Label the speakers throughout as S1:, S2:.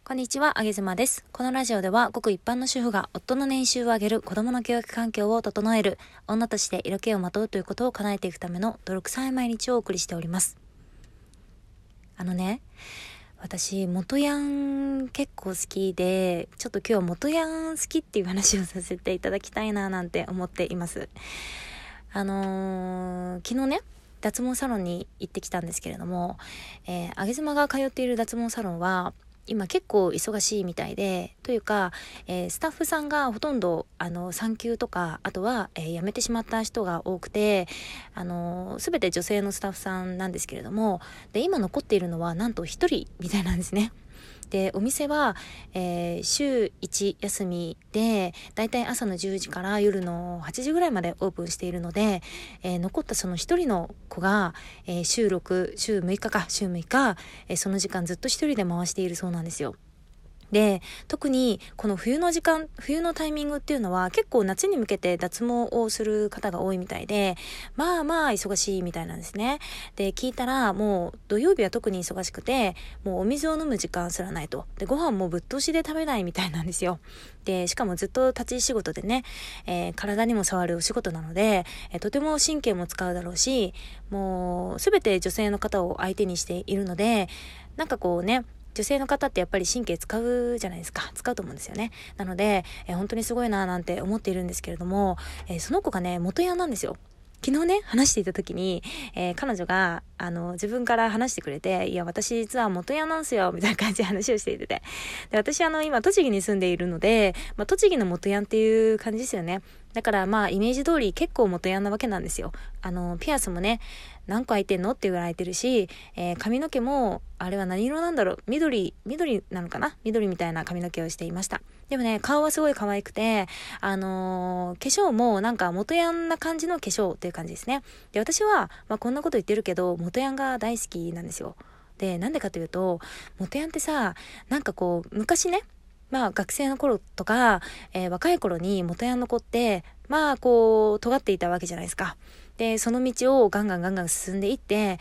S1: こんにちは、あげずまです。このラジオでは、ごく一般の主婦が夫の年収を上げる、子供の教育環境を整える、女として色気をまとうということを叶えていくための泥臭い毎日をお送りしております。私、元ヤン結構好きで、ちょっと今日は元ヤン好きっていう話をさせていただきたいななんて思っています。昨日ね、脱毛サロンに行ってきたんですけれども、あげずまが通っている脱毛サロンは、今結構忙しいみたいで、というか、スタッフさんがほとんど産休とか、あとは、辞めてしまった人が多くて、すべて女性のスタッフさんなんですけれども、で今残っているのはなんと一人みたいなんですね。でお店は、週1休みでだいたい朝の10時から夜の8時ぐらいまでオープンしているので、残ったその一人の子が、週6日、その時間ずっと一人で回しているそうなんですよ。で特にこの冬のタイミングっていうのは結構夏に向けて脱毛をする方が多いみたいで、まあ忙しいみたいなんですね。で聞いたら、もう土曜日は特に忙しくて、もうお水を飲む時間すらないと。でご飯もぶっ通しで食べないみたいなんですよ。でしかもずっと立ち仕事でね、体にも触るお仕事なので、とても神経も使うだろうし、もうすべて女性の方を相手にしているので、なんかこうね、女性の方ってやっぱり神経使うじゃないですか。使うと思うんですよね。なので、本当にすごいななんて思っているんですけれども、その子がね、元ヤンなんですよ。昨日ね、話していた時に、彼女が、自分から話してくれて、いや、私実は元ヤンなんすよ、みたいな感じで話をしていてて。で、私今、栃木に住んでいるので、栃木の元ヤンっていう感じですよね。だからイメージ通り結構元ヤンなわけなんですよ。ピアスもね、何個開いてんのっていうぐらい開いてるし、髪の毛も、あれは何色なんだろう、緑なのかな、緑みたいな髪の毛をしていました。でもね、顔はすごい可愛くて、化粧もなんか元ヤンな感じの化粧っていう感じですね。で、私は、こんなこと言ってるけど、元ヤンが大好きなんですよ。で、なんでかというと、元ヤンってさ、なんかこう、昔ね、学生の頃とか、若い頃に元ヤンの子って、こう、尖っていたわけじゃないですか。で、その道をガンガン進んでいって、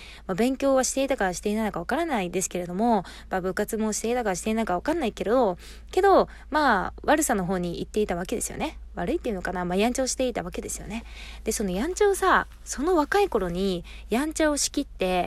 S1: 勉強はしていたかしていないかわからないですけれども、部活もしていたかしていないかわかんないけど、悪さの方に行っていたわけですよね。悪いっていうのかな、やんちゃをしていたわけですよね。で、そのやんちゃをさ、その若い頃に、やんちゃを仕切って、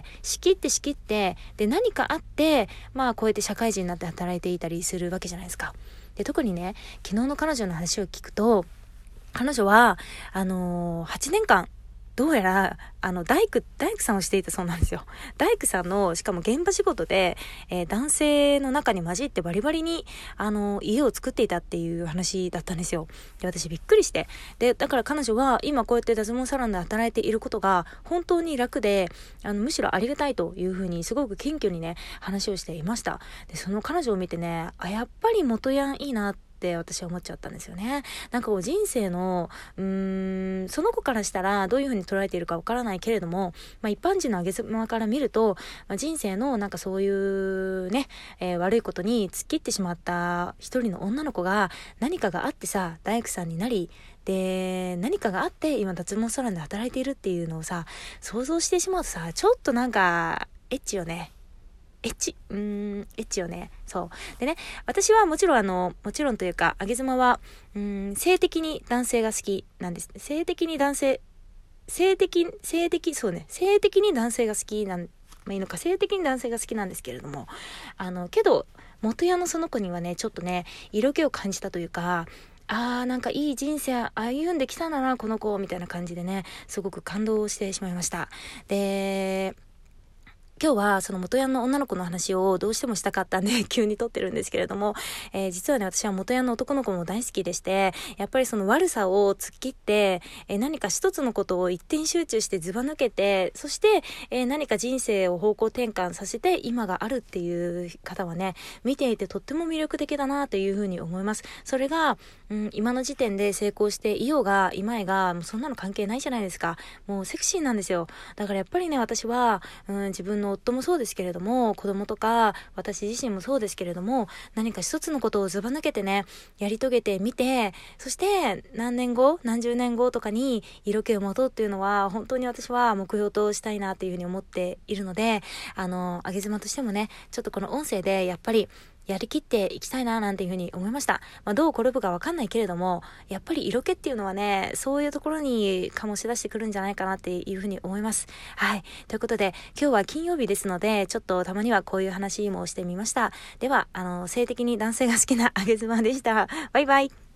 S1: で、何かあって、こうやって社会人になって働いていたりするわけじゃないですか。で、特にね、昨日の彼女の話を聞くと、彼女は、8年間、どうやら、大工さんをしていたそうなんですよ。大工さんの、しかも現場仕事で、男性の中に混じってバリバリに、家を作っていたっていう話だったんですよ。で、私びっくりして。で、だから彼女は、今こうやって脱毛サロンで働いていることが、本当に楽で、むしろありがたいというふうに、すごく謙虚にね、話をしていました。で、その彼女を見てね、やっぱり元ヤンいいなって私は思っちゃったんですよね。なんかこう人生のその子からしたらどういう風に捉えているかわからないけれども、一般人のあげずまから見ると、人生のなんかそういうね、悪いことに突っ切ってしまった一人の女の子が何かがあってさ、大工さんになり、で何かがあって今脱毛サロンで働いているっていうのをさ、想像してしまうとさ、ちょっとなんかエッチよね。エッチよね。そう。でね、私はもちろんというか、あげずまは、性的に男性が好きなんです。性的に男性が好きいいのか、性的に男性が好きなんですけれども、けど、元ヤンのその子にはね、ちょっとね、色気を感じたというか、なんかいい人生歩んできたんだな、この子、みたいな感じでね、すごく感動してしまいました。で、今日はその元ヤンの女の子の話をどうしてもしたかったんで急に撮ってるんですけれども、実はね、私は元ヤンの男の子も大好きでして、やっぱりその悪さを突っ切って、何か一つのことを一点集中してずば抜けて、そして、何か人生を方向転換させて今があるっていう方はね、見ていてとっても魅力的だなというふうに思います。それが、今の時点で成功していようがいまいが、もうそんなの関係ないじゃないですか。もうセクシーなんですよ。だからやっぱりね、私は、自分の夫もそうですけれども、子供とか私自身もそうですけれども、何か一つのことをずば抜けてね、やり遂げてみて、そして何十年後とかに色気をまとうっていうのは本当に私は目標としたいなっていうふうに思っているので、あげ妻としてもね、ちょっとこの音声でやっぱりやりきっていきたいななんていうふうに思いました。どう転ぶかわかんないけれども、やっぱり色気っていうのはね、そういうところに醸し出してくるんじゃないかなっていうふうに思います。はい。ということで、今日は金曜日ですので、ちょっとたまにはこういう話もしてみました。では、性的に男性が好きなあげ妻でした。バイバイ。